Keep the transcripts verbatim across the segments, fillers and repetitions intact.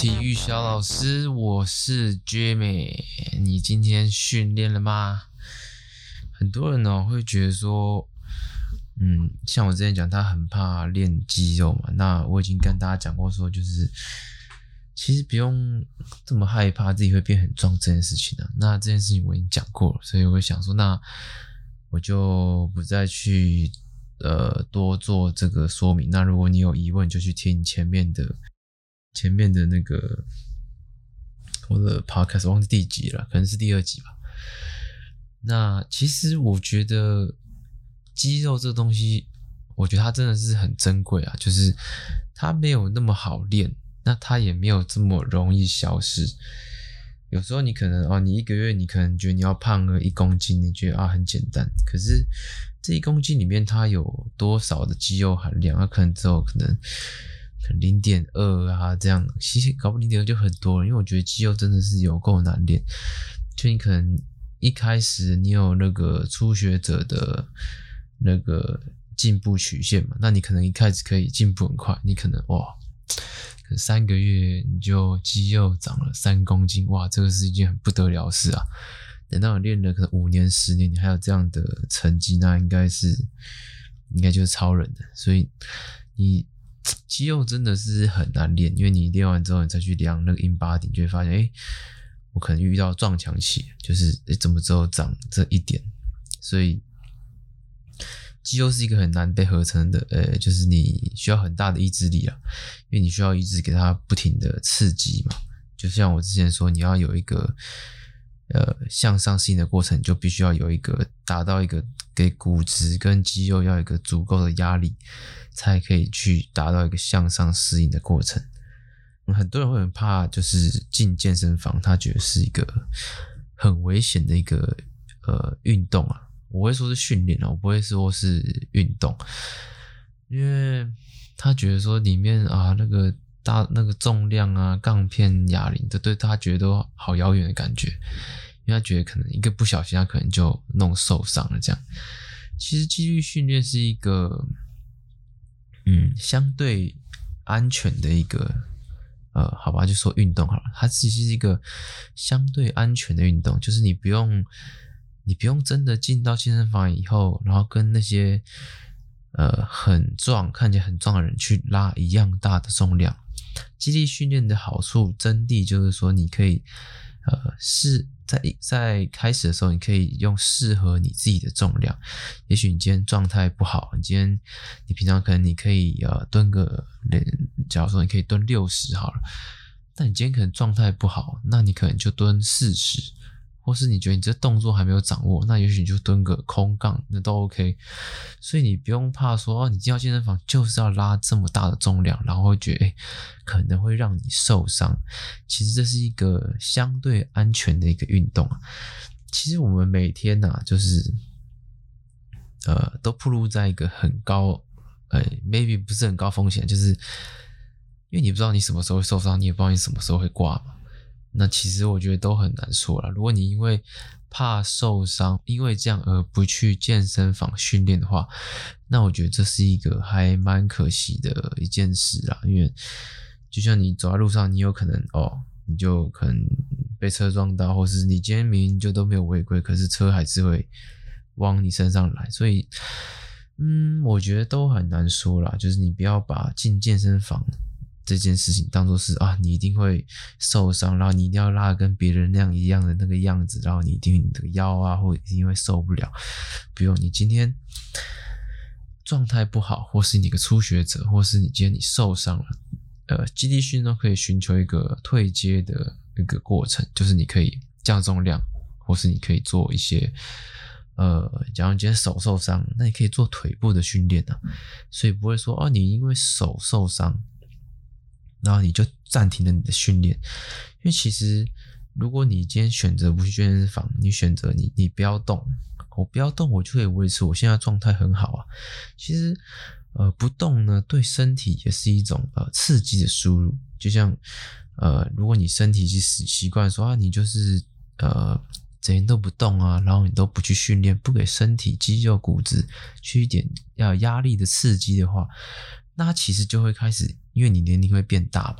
体育小老师，我是 Jimmy。你今天训练了吗？很多人哦会觉得说，嗯，像我之前讲，他很怕练肌肉嘛。那我已经跟大家讲过说，就是其实不用这么害怕自己会变很壮这件事情啊。那这件事情我已经讲过了，所以我想说，那我就不再去呃多做这个说明。那如果你有疑问，就去听前面的。前面的那个我的 podcast 忘记第几了，可能是第二集吧。那其实我觉得肌肉这个东西，我觉得它真的是很珍贵啊，就是它没有那么好练，那它也没有这么容易消失。有时候你可能哦，你一个月你可能觉得你要胖个一公斤，你觉得啊很简单，可是这一公斤里面它有多少的肌肉含量，它可能只有可能零点二 啊这样，其实搞不 零点二 就很多了，因为我觉得肌肉真的是有够难练。就你可能一开始你有那个初学者的那个进步曲线嘛，那你可能一开始可以进步很快，你可能哇可能三个月你就肌肉长了三公斤，哇这个是一件很不得了的事啊。等到你练了可能五年十年你还有这样的成绩，那应该是应该就是超人的。所以你肌肉真的是很难练，因为你练完之后你再去量那个 InBody， 你就会发现诶我可能遇到撞墙期，就是诶怎么只有长这一点。所以肌肉是一个很难被合成的，呃，就是你需要很大的意志力啊，因为你需要一直给它不停的刺激嘛。就像我之前说，你要有一个呃向上适应的过程，就必须要有一个达到一个给骨质跟肌肉要有一个足够的压力，才可以去达到一个向上适应的过程。很多人会很怕就是进健身房，他觉得是一个很危险的一个呃运动啊。我会说是训练啊，我不会说是运动，因为他觉得说里面啊那个大那个重量啊杠片哑铃的对他觉得都好遥远的感觉，因为他觉得可能一个不小心他可能就弄受伤了这样。其实肌力训练是一个嗯相对安全的一个呃好吧就说运动好了，它其实是一个相对安全的运动，就是你不用你不用真的进到健身房以后，然后跟那些呃很壮看起来很壮的人去拉一样大的重量。肌力训练的好处真谛就是说你可以呃是在在开始的时候你可以用适合你自己的重量。也许你今天状态不好，你今天你平常可能你可以呃蹲个假如说你可以蹲六十好了，但你今天可能状态不好，那你可能就蹲四十，或是你觉得你这动作还没有掌握，那也许你就蹲个空杠，那都 OK。 所以你不用怕说哦，你进到健身房就是要拉这么大的重量，然后会觉得诶可能会让你受伤。其实这是一个相对安全的一个运动。其实我们每天啊就是呃都暴露在一个很高呃 maybe 不是很高风险，就是因为你不知道你什么时候会受伤，你也不知道你什么时候会挂嘛。那其实我觉得都很难说啦。如果你因为怕受伤，因为这样而不去健身房训练的话，那我觉得这是一个还蛮可惜的一件事啦。因为就像你走在路上，你有可能哦，你就可能被车撞到，或是你今天明明就都没有违规，可是车还是会往你身上来。所以嗯，我觉得都很难说啦。就是你不要把进健身房这件事情当作是啊，你一定会受伤，然后你一定要拉跟别人那样一样的那个样子，然后你一定你的腰啊或一定会受不了。不用，你今天状态不好，或是你个初学者，或是你今天你受伤了，呃，肌力训练可以寻求一个退阶的一个过程，就是你可以降重量，或是你可以做一些呃，假如你今天手受伤，那你可以做腿部的训练啊。所以不会说哦，你因为手受伤然后你就暂停了你的训练。因为其实如果你今天选择不去健身房，你选择你你不要动，我不要动我就可以维持我现在状态很好啊。其实呃不动呢对身体也是一种呃刺激的输入。就像呃如果你身体是习惯说啊你就是呃整天都不动啊，然后你都不去训练，不给身体肌肉骨质去一点要压力的刺激的话，那它其实就会开始，因为你年龄会变大嘛，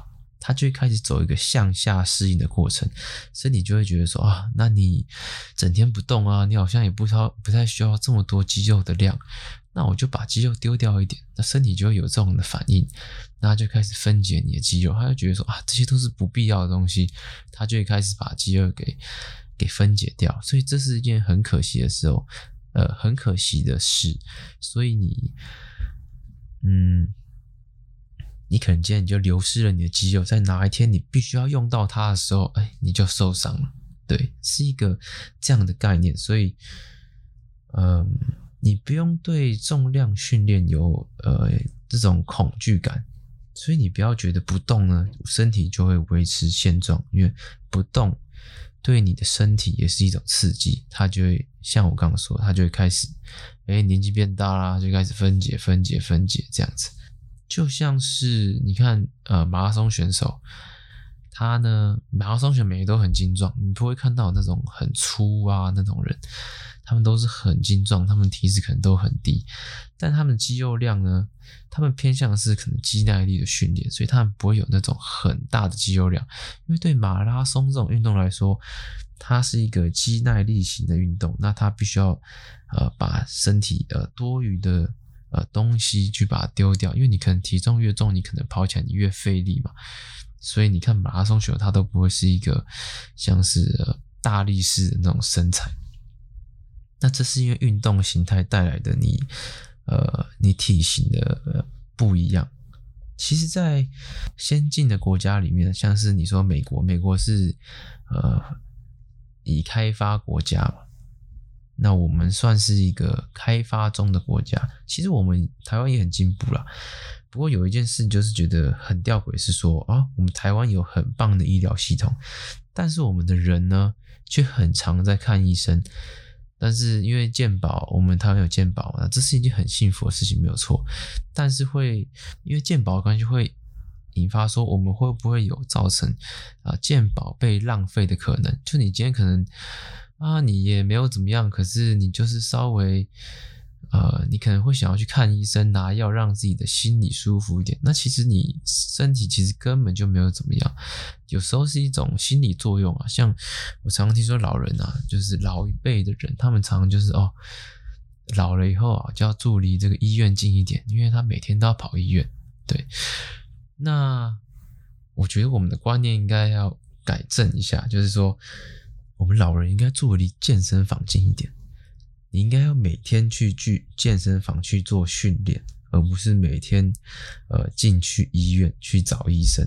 它就会开始走一个向下适应的过程，身体就会觉得说啊，那你整天不动啊，你好像也不太不太需要这么多肌肉的量，那我就把肌肉丢掉一点，那身体就会有这种的反应，那它就开始分解你的肌肉，它就觉得说啊，这些都是不必要的东西，它就会开始把肌肉给给分解掉，所以这是一件很可惜的时候，呃，很可惜的事，所以你，嗯。你可能今天你就流失了你的肌肉，在哪一天你必须要用到它的时候，哎，你就受伤了。对，是一个这样的概念，所以，嗯，你不用对重量训练有呃这种恐惧感，所以你不要觉得不动呢，身体就会维持现状，因为不动对你的身体也是一种刺激，它就会像我刚刚说，它就会开始，哎，年纪变大啦，就开始分解、分解、分解这样子。就像是你看，呃，马拉松选手，他呢，马拉松选手每个都很精壮，你不会看到那种很粗啊那种人，他们都是很精壮，他们体脂可能都很低，但他们肌肉量呢，他们偏向的是可能肌耐力的训练，所以他们不会有那种很大的肌肉量，因为对马拉松这种运动来说，它是一个肌耐力型的运动，那它必须要呃把身体呃多余的。呃，东西去把它丢掉，因为你可能体重越重，你可能跑起来你越费力嘛，所以你看马拉松选手他都不会是一个像是、呃、大力士的那种身材，那这是因为运动形态带来的你呃你体型的、呃、不一样。其实在先进的国家里面，像是你说美国，美国是呃已开发国家嘛，那我们算是一个开发中的国家，其实我们台湾也很进步啦。不过有一件事就是觉得很吊诡，是说啊，我们台湾有很棒的医疗系统，但是我们的人呢，却很常在看医生。但是因为健保，我们台湾有健保，那这是一件很幸福的事情，没有错。但是会因为健保的关系，会引发说我们会不会有造成啊健保被浪费的可能？就你今天可能。啊，你也没有怎么样，可是你就是稍微，呃，你可能会想要去看医生拿药，让自己的心理舒服一点。那其实你身体其实根本就没有怎么样，有时候是一种心理作用啊。像我常常听说老人啊，就是老一辈的人，他们常常就是哦，老了以后啊，就要住离这个医院近一点，因为他每天都要跑医院。对，那我觉得我们的观念应该要改正一下，就是说。我们老人应该住离健身房近一点，你应该要每天去去健身房去做训练，而不是每天呃进去医院去找医生。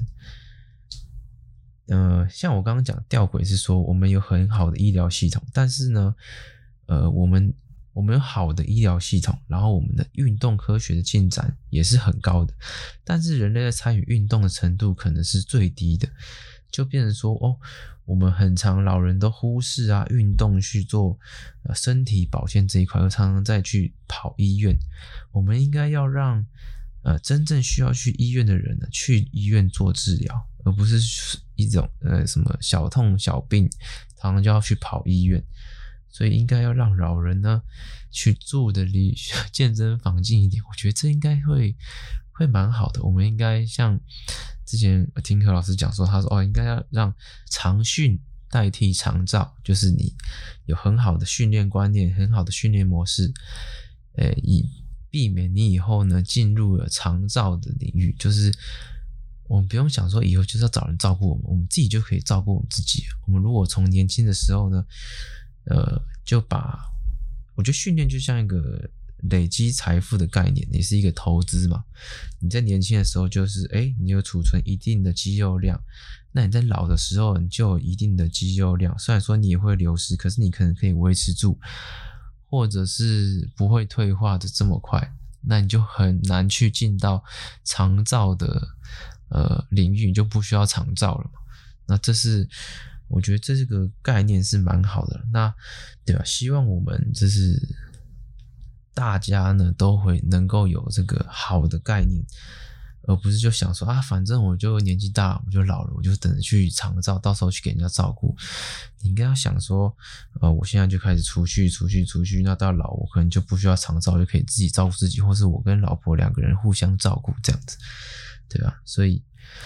呃，像我刚刚讲吊诡是说，我们有很好的医疗系统，但是呢，呃，我们我们有好的医疗系统，然后我们的运动科学的进展也是很高的，但是人类在参与运动的程度可能是最低的，就变成说哦。我们很常老人都忽视啊运动去做呃身体保健这一块，而常常再去跑医院。我们应该要让呃真正需要去医院的人呢去医院做治疗，而不是一种呃什么小痛小病常常就要去跑医院。所以应该要让老人呢去住的离健身房近一点，我觉得这应该会会蛮好的。我们应该像之前听何老师讲说，他说哦，应该要让长训代替长照，就是你有很好的训练观念，很好的训练模式，呃，以避免你以后呢进入了长照的领域。就是我们不用想说以后就是要找人照顾我们，我们自己就可以照顾我们自己。我们如果从年轻的时候呢，呃，就把我觉得训练就像一个。累积财富的概念，也是一个投资嘛。你在年轻的时候就是，诶，你有储存一定的肌肉量，那你在老的时候你就有一定的肌肉量，虽然说你也会流失，可是你可能可以维持住，或者是不会退化的这么快，那你就很难去进到长照的呃领域，你就不需要长照了嘛。那这是我觉得这个概念是蛮好的，那对吧？希望我们就是大家呢都会能够有这个好的概念，而不是就想说啊，反正我就年纪大，我就老了，我就等着去长照，到时候去给人家照顾。你应该要想说，呃，我现在就开始储蓄、储蓄、储蓄，那到老我可能就不需要长照，就可以自己照顾自己，或是我跟老婆两个人互相照顾这样子，对吧？所以，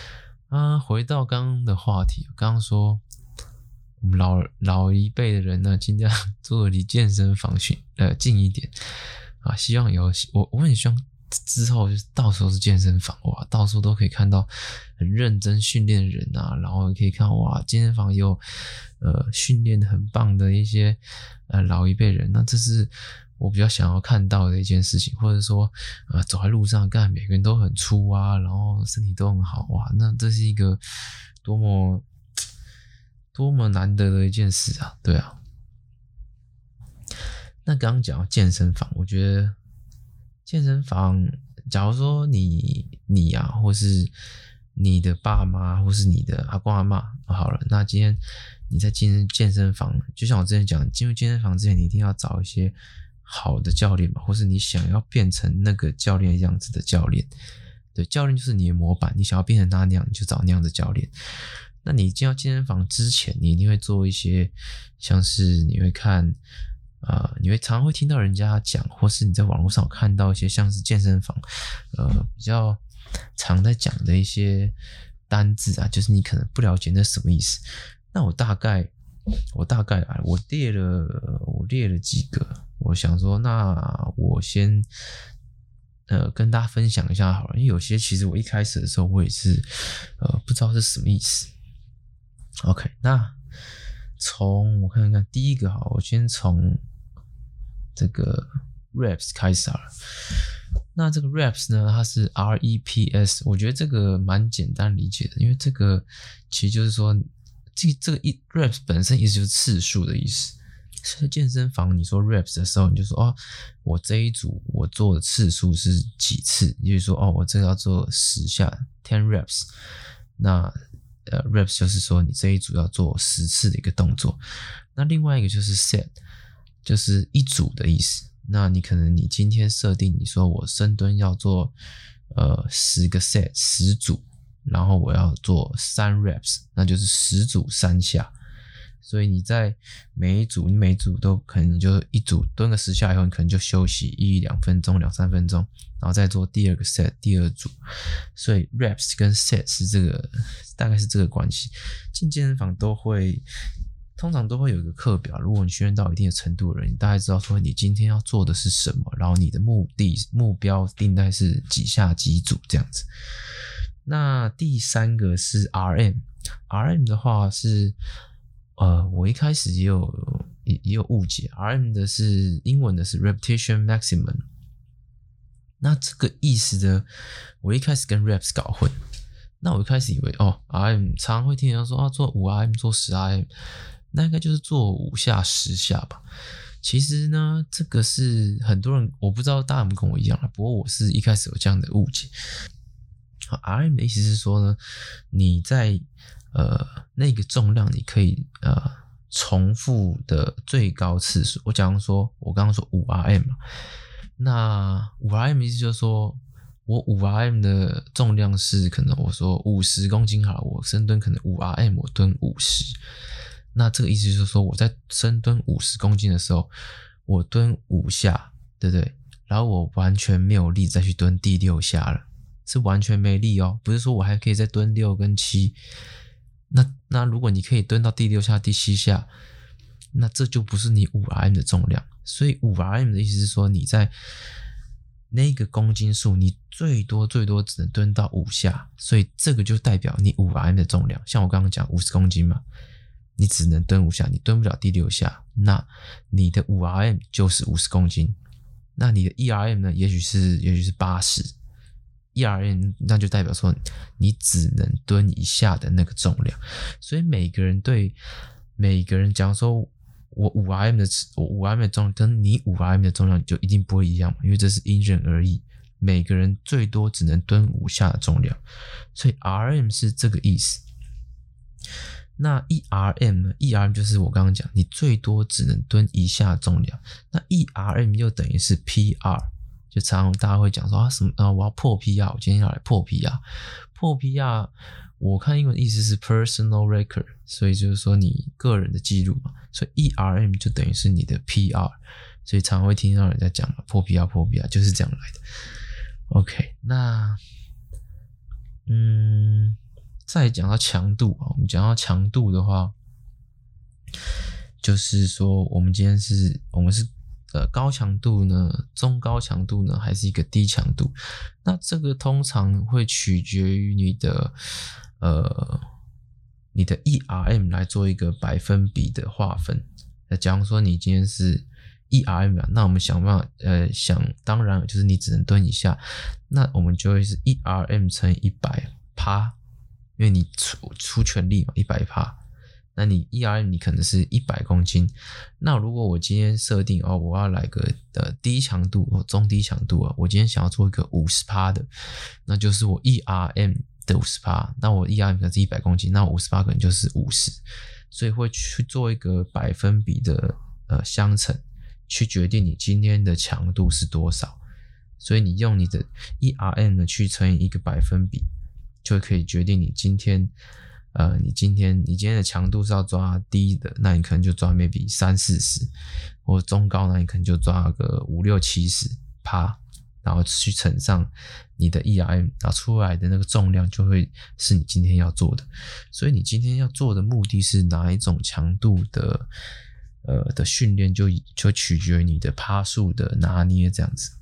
啊，回到刚刚的话题，刚刚说我们老老一辈的人呢，尽量做离健身房训呃近一点啊。希望有我我很希望之后就是到时候是健身房哇，到时候都可以看到很认真训练的人啊，然后可以看到哇，健身房有呃训练的很棒的一些呃老一辈人，那这是我比较想要看到的一件事情，或者说呃走在路上干每个人都很粗啊，然后身体都很好哇，那这是一个多么多么难得的一件事啊，对啊。那刚刚讲到健身房，我觉得健身房，假如说你你啊，或是你的爸妈，或是你的阿公阿嬷，好了，那今天你在进入健身房，就像我之前讲，进入健身房之前，你一定要找一些好的教练嘛，或是你想要变成那个教练样子的教练。对，教练就是你的模板，你想要变成他那样，你就找那样的教练。那你进到健身房之前，你一定会做一些，像是你会看，呃，你会常常会听到人家讲，或是你在网络上看到一些像是健身房，呃，比较常在讲的一些单字啊，就是你可能不了解那是什么意思。那我大概，我大概啊，我列了，我列了几个，我想说，那我先。呃，跟大家分享一下好了，因为有些其实我一开始的时候我也是，呃，不知道是什么意思。OK， 那从我看看第一个好，我先从这个 reps 开始好了。那这个 reps 呢，它是 R E P S， 我觉得这个蛮简单理解的，因为这个其实就是说，这这个一 reps 本身意思就是次数的意思。在健身房你说 reps 的时候，你就说哦，我这一组我做的次数是几次，也就是说哦，我这个要做十下 ten reps， 那呃 reps 就是说你这一组要做十次的一个动作。那另外一个就是 set， 就是一组的意思。那你可能你今天设定你说我深蹲要做呃十个 set 十组，然后我要做三 reps， 那就是十组三下。所以你在每一组，你每一组都可能就一组蹲个十下以后，你可能就休息一两分钟、两三分钟，然后再做第二个 set 第二组。所以 reps 跟 set 是这个，大概是这个关系。进健身房都会，通常都会有一个课表。如果你训练到一定的程度的人，你大概知道说你今天要做的是什么，然后你的目的目标定在是几下几组这样子。那第三个是 R M，R M 的话是。呃，我一开始也有也也有误解 ，R M 的是英文的是 repetition maximum， 那这个意思的，我一开始跟 reps 搞混，那我一开始以为哦 ，R M 常常会听人家说啊，做五 R M 做十 R M， 那应该就是做五下十下吧。其实呢，这个是很多人我不知道大家有没有跟我一样啦，不过我是一开始有这样的误解。R M 的意思是说呢，你在呃，那个重量你可以呃重复的最高次数。我假如说，我刚刚说五 R M 嘛，那五 R M 意思就是说，我五 R M 的重量是可能我说五十公斤好了，我深蹲可能五 R M 我蹲五十，那这个意思就是说我在深蹲五十公斤的时候，我蹲五下，对不对？然后我完全没有力再去蹲第六下了，是完全没力哦，不是说我还可以再蹲六跟七。那那如果你可以蹲到第六下、第七下，那这就不是你五 R M 的重量。所以五 R M 的意思是说，你在那个公斤数，你最多最多只能蹲到五下，所以这个就代表你五 R M 的重量。像我刚刚讲五十公斤嘛，你只能蹲五下，你蹲不了第六下，那你的五 R M 就是五十公斤。那你的一 R M 呢？也许是也许是八十。一 R M 那就代表说你只能蹲一下的那个重量，所以每个人对每个人讲说我五 R M 的我五 R M 的重量跟你五 R M 的重量就一定不会一样，因为这是因人而异，每个人最多只能蹲五下的重量，所以 R M 是这个意思。那 一 R M 呢？ 一 R M 就是我刚刚讲你最多只能蹲一下重量，那 一 R M 又等于是 P R。就常常大家会讲说啊什么啊我要破 P R， 我今天要来破 P R， 破 P R 我看英文意思是 personal record， 所以就是说你个人的记录嘛，所以 一 R M 就等于是你的 P R， 所以常常会听到人在讲嘛破 P R 破 P R 就是这样来的。OK， 那嗯再讲到强度啊，我们讲到强度的话，就是说我们今天是我们是呃高强度呢、中高强度呢，还是一个低强度？那这个通常会取决于你的呃你的 E R M 来做一个百分比的划分。那假如说你今天是 E R M 啊，那我们想办法呃想当然就是你只能蹲一下，那我们就会是 E R M 乘以一百趴，因为你出出全力嘛，一百趴。那你 E R M 你可能是一百公斤，那如果我今天设定哦，我要来个呃低强度或中低强度啊，我今天想要做一个 百分之五十 的，那就是我 E R M 的 百分之五十， 那我 E R M 可能是一百公斤，那 百分之五十 可能就是五十，所以会去做一个百分比的呃相乘，去决定你今天的强度是多少。所以你用你的 E R M 呢去乘以一个百分比，就可以决定你今天呃，你今天你今天的强度是要抓低的，那你可能就抓 maybe 三四十，或中高，那你可能就抓个五六七十趴，然后去乘上你的 E R M， 然后出来的那个重量就会是你今天要做的。所以你今天要做的目的是哪一种强度的呃的训练，就就取决于你的趴数的拿捏这样子。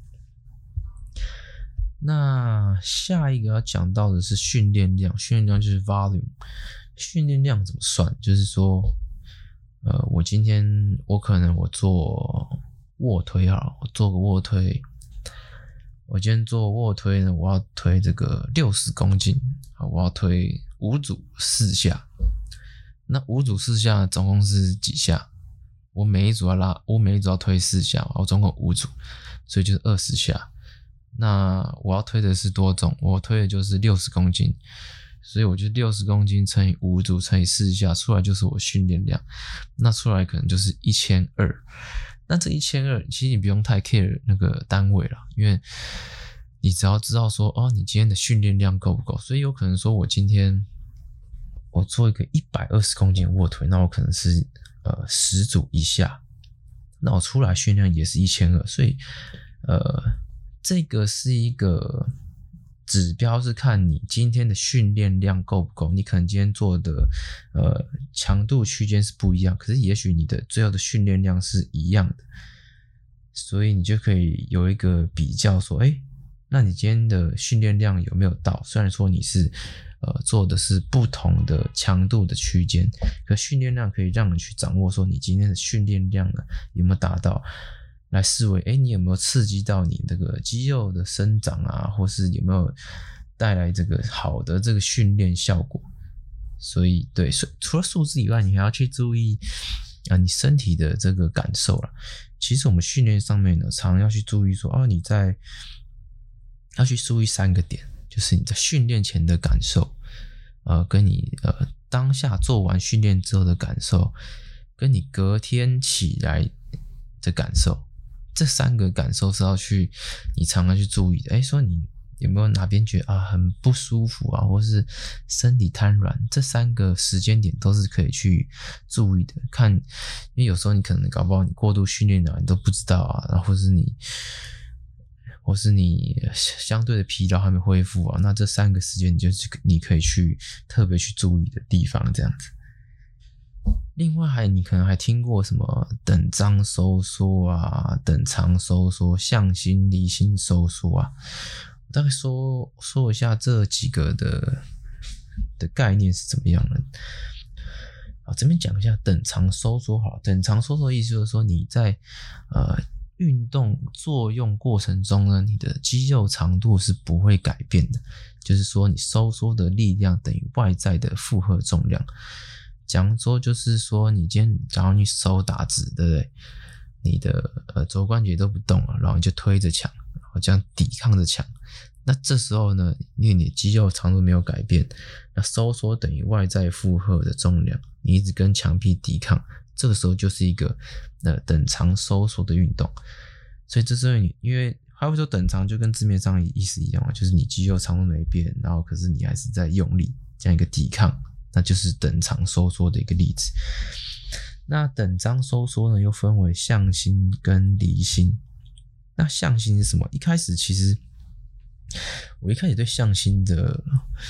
那下一个要讲到的是训练量，训练量就是 volume。训练量怎么算？就是说，呃，我今天我可能我做卧推好了，我做个卧推，我今天做卧推呢，我要推这个六十公斤，我要推五组四下。那五组四下总共是几下？我每一组要拉，我每一组要推四下，我总共五组，所以就是二十下。那我要推的是多重？我推的就是六十公斤，所以我就六十公斤乘以五组乘以四下，出来就是我训练量。那出来可能就是一千二百。那这一千二百其实你不用太 care 那个单位啦，因为你只要知道说哦，你今天的训练量够不够。所以有可能说我今天我做一个一百二十公斤的卧推，那我可能是呃十组以下，那我出来训练量也是一千二百。所以呃这个是一个指标，是看你今天的训练量够不够。你可能今天做的呃强度区间是不一样，可是也许你的最后的训练量是一样的，所以你就可以有一个比较说，诶，那你今天的训练量有没有到？虽然说你是呃做的是不同的强度的区间，可训练量可以让你去掌握说你今天的训练量呢有没有达到，来视为诶你有没有刺激到你这个肌肉的生长啊，或是有没有带来这个好的这个训练效果。所以对，除了数字以外，你还要去注意啊你身体的这个感受啦。其实我们训练上面呢，常常要去注意说哦你在要去注意三个点，就是你在训练前的感受，呃跟你呃当下做完训练之后的感受，跟你隔天起来的感受。这三个感受是要去你常常去注意的。诶说你有没有哪边觉得啊很不舒服啊，或是身体瘫软，这三个时间点都是可以去注意的。看，因为有时候你可能搞不好你过度训练了，你都不知道啊，然后或是你或是你相对的疲劳还没恢复啊，那这三个时间你就是你可以去特别去注意的地方这样子。另外还你可能还听过什么等张收缩啊、等长收缩、向心离心收缩啊，我大概说说一下这几个的的概念是怎么样的。好，这边讲一下等长收缩好了。等长收缩的意思就是说你在呃运动作用过程中呢，你的肌肉长度是不会改变的，就是说你收缩的力量等于外在的负荷重量。讲说就是说你今天假如你手打直，对不对？你的呃肘关节都不动了，然后你就推着墙，然后这样抵抗着墙。那这时候呢，因为你的肌肉长度没有改变，那收缩等于外在负荷的重量，你一直跟墙壁抵抗，这个时候就是一个呃等长收缩的运动。所以这时候你因为还会说等长就跟字面上的意思一样嘛，就是你肌肉长度没变，然后可是你还是在用力，这样一个抵抗。那就是等长收缩的一个例子。那等张收缩呢，又分为向心跟离心。那向心是什么？一开始其实我一开始对向心的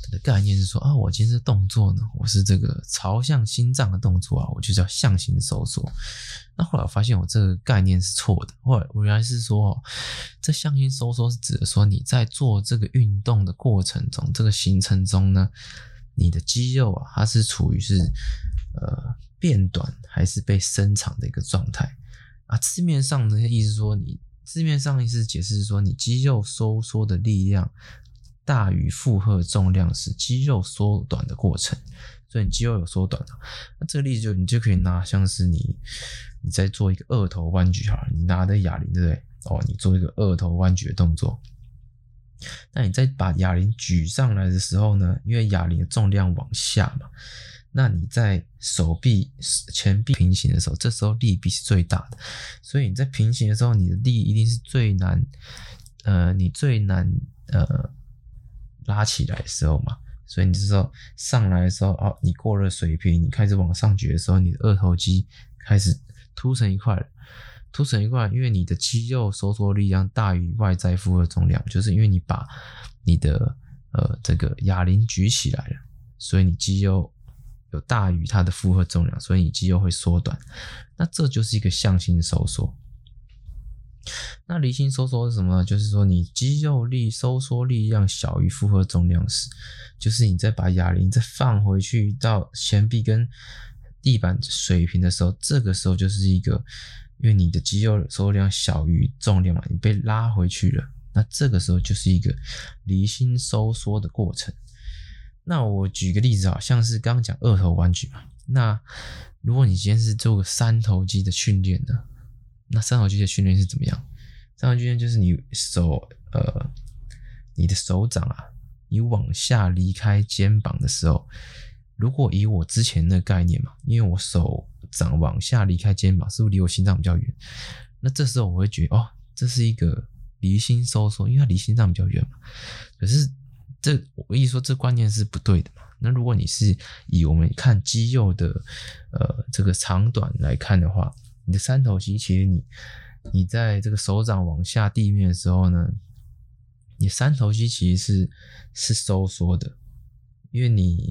的概念是说啊，我今天这动作呢，我是这个朝向心脏的动作啊，我就叫向心收缩。那后来我发现我这个概念是错的，后来我原来是说，哦，这向心收缩是指的说你在做这个运动的过程中，这个行程中呢，你的肌肉啊，它是处于是呃变短还是被伸长的一个状态啊。字面上的意思是说，你字面上意思解释是说，你肌肉收缩的力量大于负荷重量时，肌肉缩短的过程。所以你肌肉有缩短的，那这个例子就你就可以拿像是你你在做一个二头弯举好了，你拿着哑铃对不对？哦，你做一个二头弯举的动作。那你在把哑铃举上来的时候呢，因为哑铃的重量往下嘛，那你在手臂前臂平行的时候，这时候力臂是最大的，所以你在平行的时候，你的力一定是最难，呃，你最难呃拉起来的时候嘛。所以你这时候上来的时候，哦，你过了水平，你开始往上举的时候，你的二头肌开始凸成一块了。凸成一块，因为你的肌肉收缩力量大于外在负荷重量，就是因为你把你的呃这个哑铃举起来了，所以你肌肉有大于它的负荷重量，所以你肌肉会缩短。那这就是一个向心收缩。那离心收缩是什么呢？就是说你肌肉力收缩力量小于负荷重量时，就是你再把哑铃再放回去到前臂跟地板水平的时候，这个时候就是一个，因为你的肌肉收缩量小于重量嘛，你被拉回去了，那这个时候就是一个离心收缩的过程。那我举个例子啊，像是刚刚讲二头弯举嘛，那如果你今天是做个三头肌的训练呢，那三头肌的训练是怎么样？三头肌训练就是你手呃，你的手掌啊，你往下离开肩膀的时候，如果以我之前的概念嘛，因为我手掌往下离开肩膀，是不是离我心脏比较远？那这时候我会觉得，哦，这是一个离心收缩，因为它离心脏比较远嘛。可是这我意思说，这观念是不对的嘛。那如果你是以我们看肌肉的呃这个长短来看的话，你的三头肌其实你你在这个手掌往下地面的时候呢，你三头肌其实是是收缩的，因为你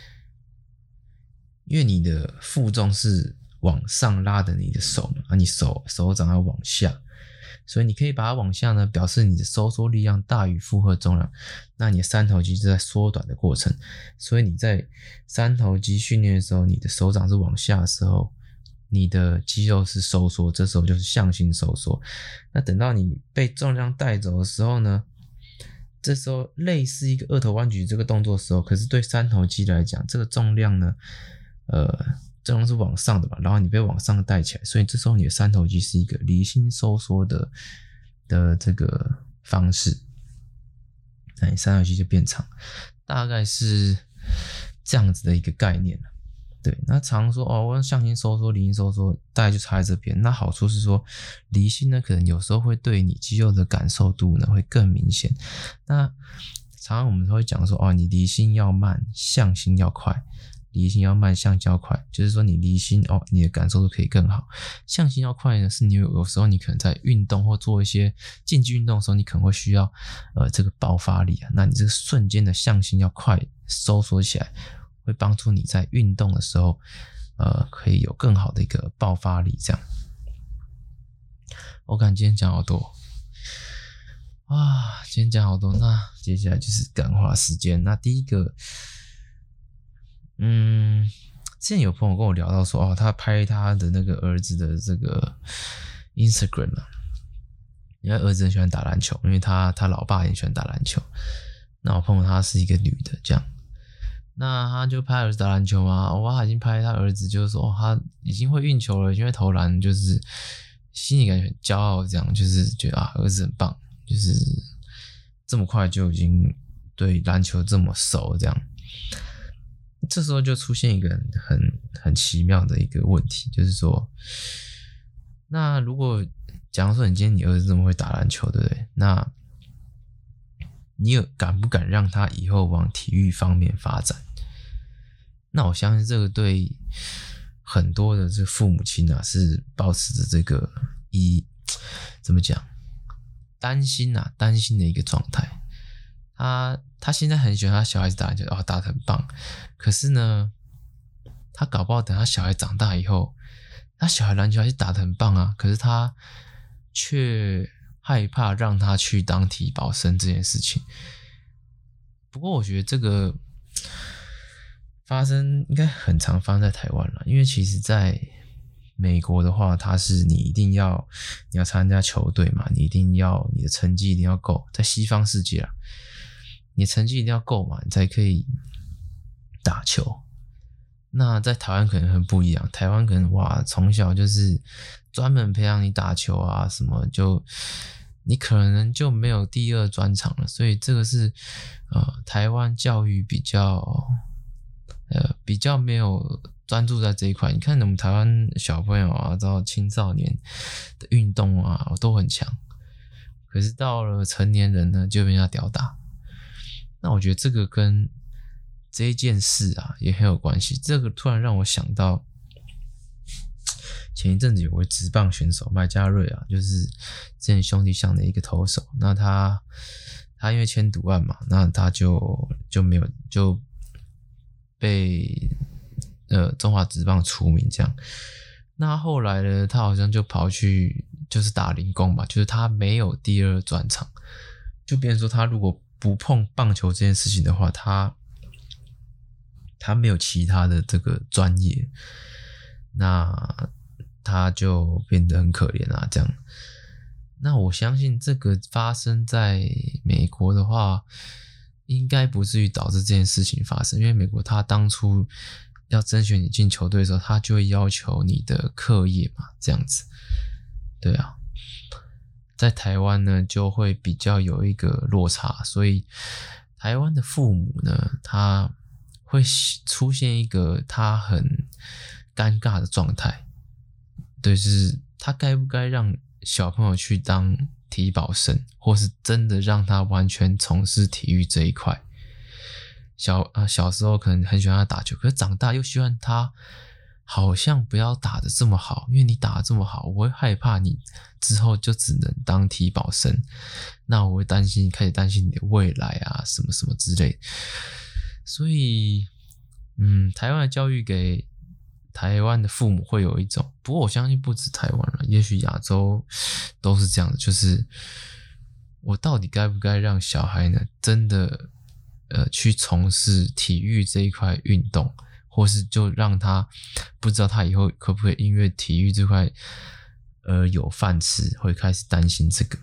因为你的负重是往上拉的你的手嘛，啊，你手手掌要往下，所以你可以把它往下呢，表示你的收缩力量大于负荷重量，那你的三头肌是在缩短的过程，所以你在三头肌训练的时候，你的手掌是往下的时候，你的肌肉是收缩，这时候就是向心收缩。那等到你被重量带走的时候呢，这时候类似一个二头弯举这个动作的时候，可是对三头肌来讲，这个重量呢呃，重量是往上的嘛，然后你被往上带起来，所以这时候你的三头肌是一个离心收缩的的这个方式，那你三头肌就变长，大概是这样子的一个概念。对，那常说哦，我向心收缩、离心收缩，大概就差在这边。那好处是说，离心呢，可能有时候会对你肌肉的感受度呢会更明显。那常常我们会讲说，哦，你离心要慢，向心要快。离心要慢，向心要快，就是说你离心哦，你的感受度可以更好。向心要快呢，是你有有时候你可能在运动或做一些竞技运动的时候，你可能会需要呃这个爆发力啊，那你这个瞬间的向心要快，收缩起来，会帮助你在运动的时候，呃，可以有更好的一个爆发力。这样，我感觉今天讲好多啊，今天讲好多，那接下来就是感化时间。那第一个。嗯，之前有朋友跟我聊到说，哦，他拍他的那个儿子的这个 Instagram 啊，因为儿子很喜欢打篮球，因为他他老爸也喜欢打篮球。那我朋友她是一个女的，这样，那他就拍儿子打篮球嘛，哇，他已经拍他儿子，就是说，哦，他已经会运球了，已经会投篮，就是心里感觉很骄傲，这样，就是觉得啊，儿子很棒，就是这么快就已经对篮球这么熟，这样。这时候就出现一个很很奇妙的一个问题，就是说，那如果假如说你今天你儿子这么会打篮球，对不对？那你有敢不敢让他以后往体育方面发展？那我相信这个对很多的这父母亲啊，是抱持着这个以怎么讲担心啊担心的一个状态。 他他现在很喜欢他小孩子打篮球，哦，打得很棒。可是呢，他搞不好等他小孩长大以后，他小孩篮球还是打得很棒啊，可是他却害怕让他去当体保生这件事情。不过我觉得这个发生应该很常发生在台湾啦，因为其实在美国的话，它是你一定要你要参加球队嘛，你一定要你的成绩一定要够，在西方世界啦，你的成绩一定要够嘛，你才可以打球。那在台湾可能很不一样，台湾可能哇，从小就是专门培养你打球啊，什么就你可能就没有第二专长了，所以这个是呃台湾教育比较呃比较没有专注在这一块。你看我们台湾小朋友啊，到青少年的运动啊都很强，可是到了成年人呢，就被人家吊打。那我觉得这个跟这一件事啊也很有关系。这个突然让我想到前一阵子有位职棒选手麦加瑞啊，就是之前兄弟象的一个投手，那他他因为签赌案嘛，那他就就没有就被呃中华职棒除名这样。那后来呢，他好像就跑去就是打零工吧，就是他没有第二专长，就变成说他如果不碰棒球这件事情的话，他他没有其他的这个专业，那他就变得很可怜啊，这样。那我相信这个发生在美国的话，应该不至于导致这件事情发生，因为美国他当初要甄选你进球队的时候，他就会要求你的课业嘛，这样子。对啊，在台湾呢就会比较有一个落差，所以台湾的父母呢，他会出现一个他很尴尬的状态。对，就是他该不该让小朋友去当体保生，或是真的让他完全从事体育这一块。小啊小时候可能很喜欢他打球，可是长大又希望他好像不要打得这么好，因为你打得这么好，我会害怕你之后就只能当体保生，那我会担心，开始担心你的未来啊，什么什么之类的。所以，嗯，台湾的教育给台湾的父母会有一种，不过我相信不止台湾了，也许亚洲都是这样的，就是我到底该不该让小孩呢真的呃去从事体育这一块运动，或是就让他不知道他以后可不可以因为体育这块呃有饭吃，会开始担心这个。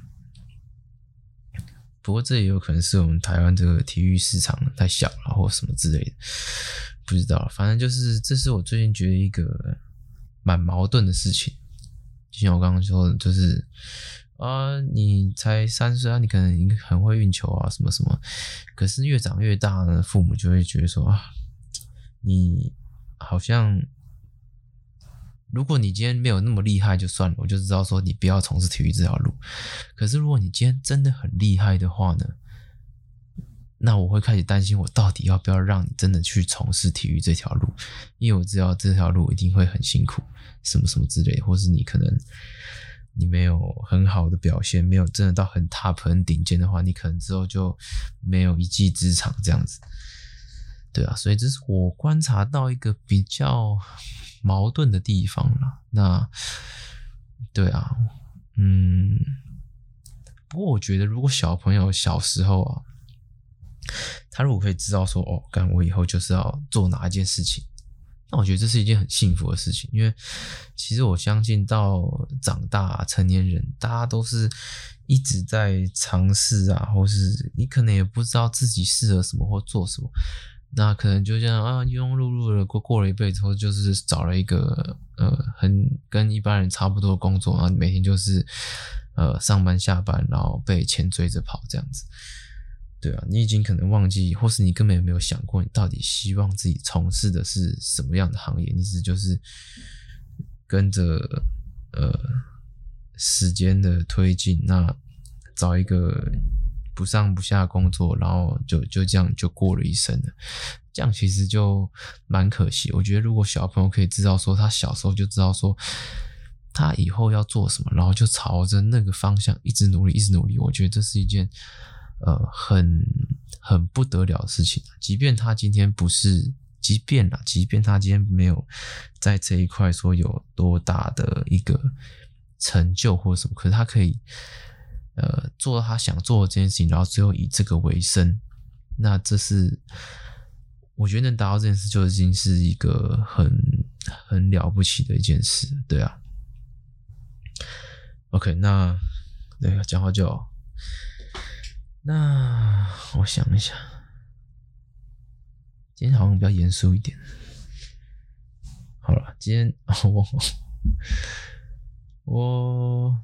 不过这也有可能是我们台湾这个体育市场太小了，或什么之类的，不知道。反正就是这是我最近觉得一个蛮矛盾的事情。就像我刚刚说的，就是啊，你才三岁啊，你可能很会运球啊，什么什么。可是越长越大呢，父母就会觉得说啊，你好像，如果你今天没有那么厉害就算了，我就知道说你不要从事体育这条路。可是如果你今天真的很厉害的话呢，那我会开始担心，我到底要不要让你真的去从事体育这条路？因为我知道这条路一定会很辛苦，什么什么之类的，或是你可能你没有很好的表现，没有真的到很 top 很顶尖的话，你可能之后就没有一技之长这样子。对啊，所以这是我观察到一个比较矛盾的地方啦。那对啊，嗯，不过我觉得如果小朋友小时候啊，他如果可以知道说，哦，干我以后就是要做哪一件事情，那我觉得这是一件很幸福的事情。因为其实我相信到长大成年人，大家都是一直在尝试啊，或是你可能也不知道自己适合什么或做什么，那可能就这样啊，庸庸碌碌的过过了一辈子后，就是找了一个呃很跟一般人差不多的工作，然后每天就是呃上班下班，然后被钱追着跑这样子。对啊，你已经可能忘记，或是你根本也没有想过，你到底希望自己从事的是什么样的行业，你只就是跟着呃时间的推进，那找一个不上不下的工作，然后就就这样就过了一生了。这样其实就蛮可惜。我觉得如果小朋友可以知道说，他小时候就知道说他以后要做什么，然后就朝着那个方向一直努力一直努力，我觉得这是一件呃很很不得了的事情，即便他今天不是，即便啦，即便他今天没有在这一块说有多大的一个成就或什么，可是他可以呃做到他想做的这件事情，然后最后以这个为生，那这是我觉得能达到这件事就已经是一个很很了不起的一件事，对啊。OK， 那对讲好久，那我想一下，今天好像比较严肃一点。好了，今天我我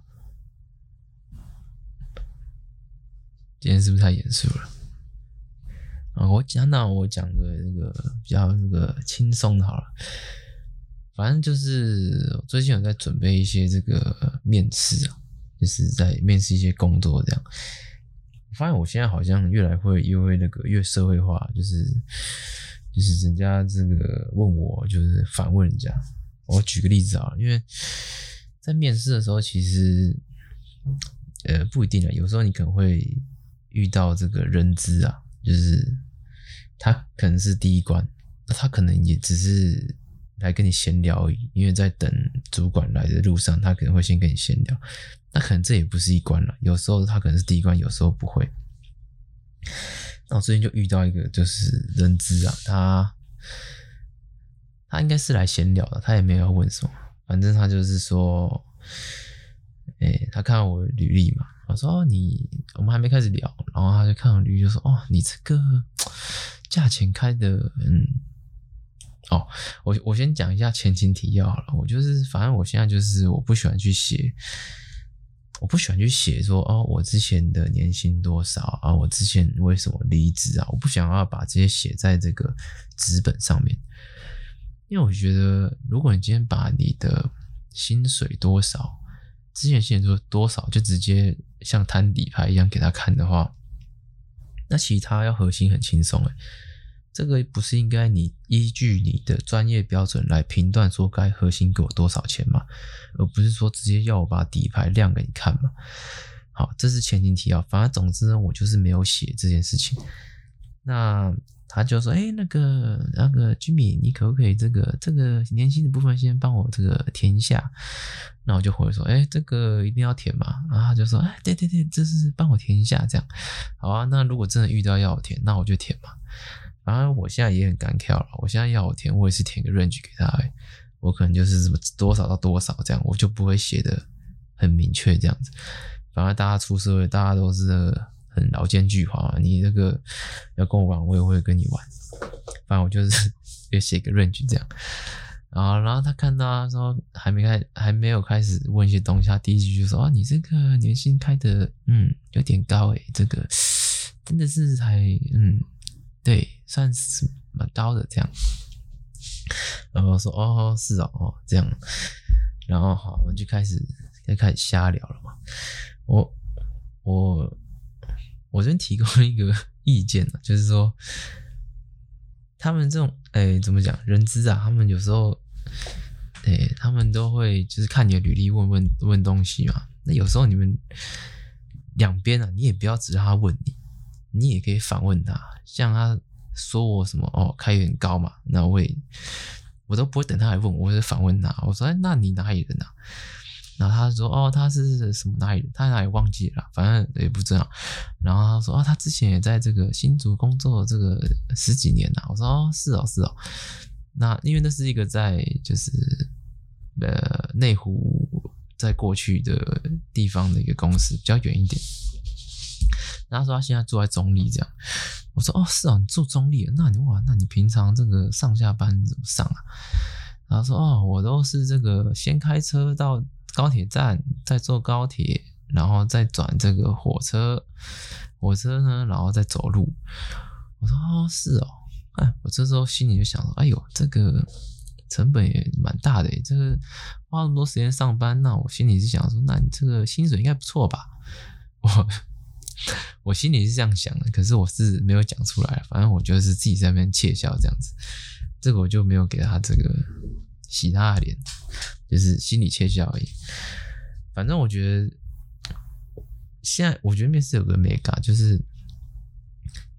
今天是不是太严肃了？啊，我讲那我讲个那个比较那个轻松的好了。反正就是我最近有在准备一些这个面试啊，就是在面试一些工作这样。我发现我现在好像越来会越会那个越社会化，就是就是人家这个问我，就是反问人家。我举个例子啊，因为在面试的时候，其实呃不一定啊，有时候你可能会遇到这个人资啊，就是他可能是第一关，那他可能也只是来跟你闲聊而已，因为在等主管来的路上，他可能会先跟你闲聊。那可能这也不是一关了，有时候他可能是第一关，有时候不会。那我最近就遇到一个就是人资啊，他他应该是来闲聊的，他也没有要问什么，反正他就是说，诶、欸，他看到我的履历嘛，我说哦你我们还没开始聊，然后他就看到履历就说哦你这个价钱开的嗯。哦，我我先讲一下前情提要好了。我就是反正我现在就是我不喜欢去写，我不喜欢去写说哦，我之前的年薪多少啊，我之前为什么离职啊，我不想要把这些写在这个纸本上面，因为我觉得如果你今天把你的薪水多少，之前薪水多少就直接像摊底牌一样给他看的话，那其他要核心很轻松诶。这个不是应该你依据你的专业标准来评断说该核心给我多少钱吗？而不是说直接要我把底牌亮给你看嘛。好，这是前情提要。反正总之呢，我就是没有写这件事情。那他就说：“哎、欸，那个那个 Jimmy， 你可不可以这个这个年薪的部分先帮我这个填一下？”那我就回说：“哎、欸，这个一定要填嘛？”然后他就说：“哎、欸，对对对，这是帮我填一下，这样好啊。那如果真的遇到要我填，那我就填嘛。”反正我现在也很干跳了，我现在要我填，我也是填个 range 给他、欸，我可能就是什么多少到多少这样，我就不会写的很明确这样子。反正大家出社会，大家都是很老奸巨猾嘛，你这个要跟我玩，我也会跟你玩。反正我就是也写个 range 这样。然后，然后他看到他说还没开，还没有开始问一些东西，他第一句就说：“啊，你这个年薪开的，嗯，有点高诶、欸，这个真的是还嗯。”对，算是蛮高的这样，然后说哦是哦哦这样，然后好，我们就开始就开始瞎聊了嘛。我我我这边提供一个意见啊，就是说他们这种诶怎么讲人资啊，他们有时候诶他们都会就是看你的履历问问问东西嘛。那有时候你们两边啊，你也不要只让他问你。你也可以反问他，像他说我什么哦，开很高嘛，那我也我都不会等他来问我，我会反问他，我说哎，那你哪里人啊？然后他说哦，他是什么哪里人？他哪里忘记了，反正也不知道。然后他说啊、哦，他之前也在这个新竹工作这个十几年了。我说哦，是哦是哦。那因为那是一个在就是呃内湖在过去的地方的一个公司，比较远一点。然后他说他现在住在中立这样，我说哦是哦，你住中立，那你哇，那你平常这个上下班怎么上啊？然后说哦，我都是这个先开车到高铁站，再坐高铁，然后再转这个火车，火车呢，然后再走路。我说哦是哦，哎，我这时候心里就想说，哎呦，这个成本也蛮大的耶，这个花那么多时间上班，那我心里是想说，那你这个薪水应该不错吧？我。我心里是这样想的，可是我是没有讲出来，反正我就是自己在那边窃笑这样子，这个我就没有给他这个洗他的脸，就是心里窃笑而已。反正我觉得现在，我觉得面试有个美感，就是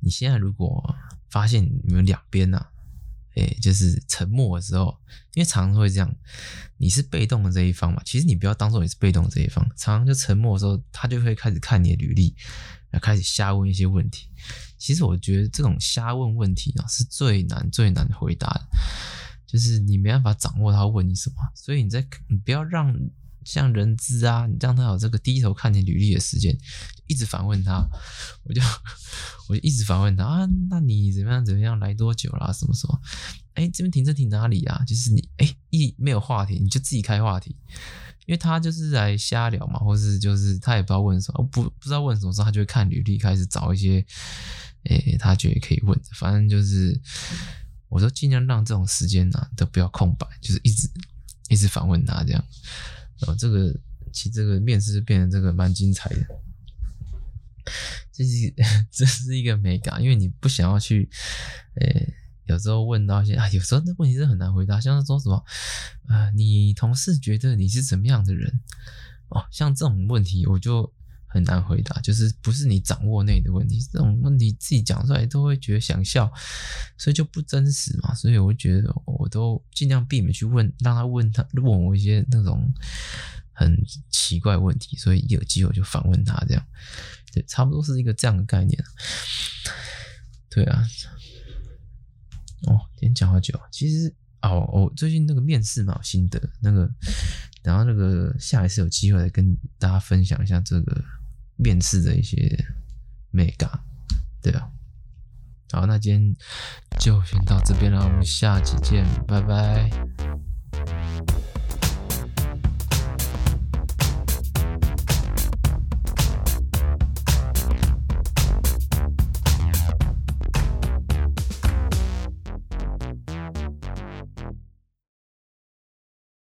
你现在如果发现你们两边啊，诶，就是沉默的时候，因为常常会这样，你是被动的这一方嘛，其实你不要当做你是被动的这一方，常常就沉默的时候，他就会开始看你的履历，开始瞎问一些问题。其实我觉得这种瞎问问题呢，是最难最难回答的，就是你没办法掌握他问你什么，所以你在你不要让像人资啊，你让他有这个低头看你履历的时间，一直反问他，我就我就一直反问他啊，那你怎么样怎么样，来多久啦，什么什么，哎，这边停车停哪里啊？就是你哎一没有话题，你就自己开话题。因为他就是来瞎聊嘛，或是就是他也不知道问什么，不不知道问什么时候，他就会看履历，开始找一些，诶，他觉得可以问的。反正就是，我都尽量让这种时间啊都不要空白，就是一直一直反问他这样。然后这个其实这个面试就变得这个蛮精彩的，这是这是一个美感，因为你不想要去，诶。有时候问到一些啊，有时候那问题是很难回答，像是说什么，呃，你同事觉得你是怎么样的人？哦，像这种问题我就很难回答，就是不是你掌握内的问题，这种问题自己讲出来都会觉得想笑，所以就不真实嘛。所以我觉得我都尽量避免去问，让他问他问我一些那种很奇怪的问题，所以有机会就反问他这样，对，差不多是一个这样的概念。对啊。哦，今天讲好久，其实哦，我、哦、最近那个面试嘛，有心得，那个，然后那个下一次有机会来跟大家分享一下这个面试的一些美感，对啊。好，那今天就先到这边了，我们下期见，拜拜。